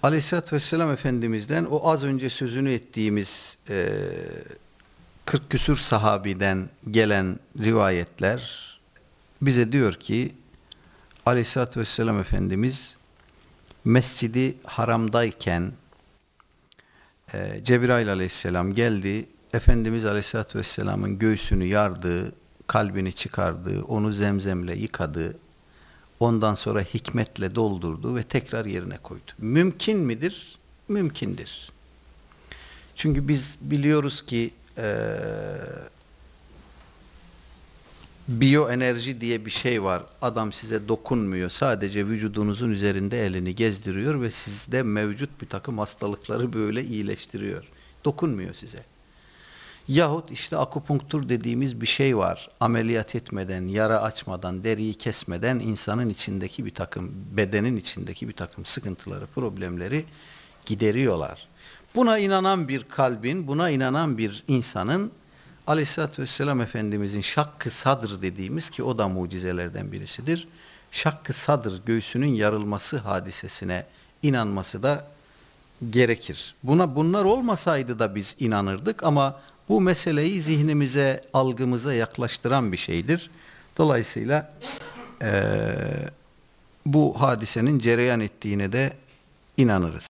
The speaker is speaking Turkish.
Aleyhisselatü Vesselam Efendimiz'den o az önce sözünü ettiğimiz 40 küsür sahabiden gelen rivayetler bize diyor ki Aleyhisselatü Vesselam Efendimiz Mescid-i Haram'dayken Cebrail Aleyhisselam geldi. Efendimiz Aleyhisselatü Vesselam'ın göğsünü yardı, kalbini çıkardı, onu zemzemle yıkadı. Ondan sonra hikmetle doldurdu ve tekrar yerine koydu. Mümkün midir? Mümkündür. Çünkü biz biliyoruz ki biyoenerji diye bir şey var. Adam size dokunmuyor. Sadece vücudunuzun üzerinde elini gezdiriyor ve sizde mevcut bir takım hastalıkları böyle iyileştiriyor. Dokunmuyor size. Yahut işte akupunktur dediğimiz bir şey var. Ameliyat etmeden, yara açmadan, deriyi kesmeden insanın içindeki bir takım, bedenin içindeki bir takım sıkıntıları, problemleri gideriyorlar. Buna inanan bir kalbin, buna inanan bir insanın Aleyhisselatü Vesselam Efendimizin şakkı sadr dediğimiz ki o da mucizelerden birisidir. Şakkı sadr, göğsünün yarılması hadisesine inanması da gerekir. Bunlar olmasaydı da biz inanırdık ama bu meseleyi zihnimize, algımıza yaklaştıran bir şeydir. Dolayısıyla bu hadisenin cereyan ettiğine de inanırız.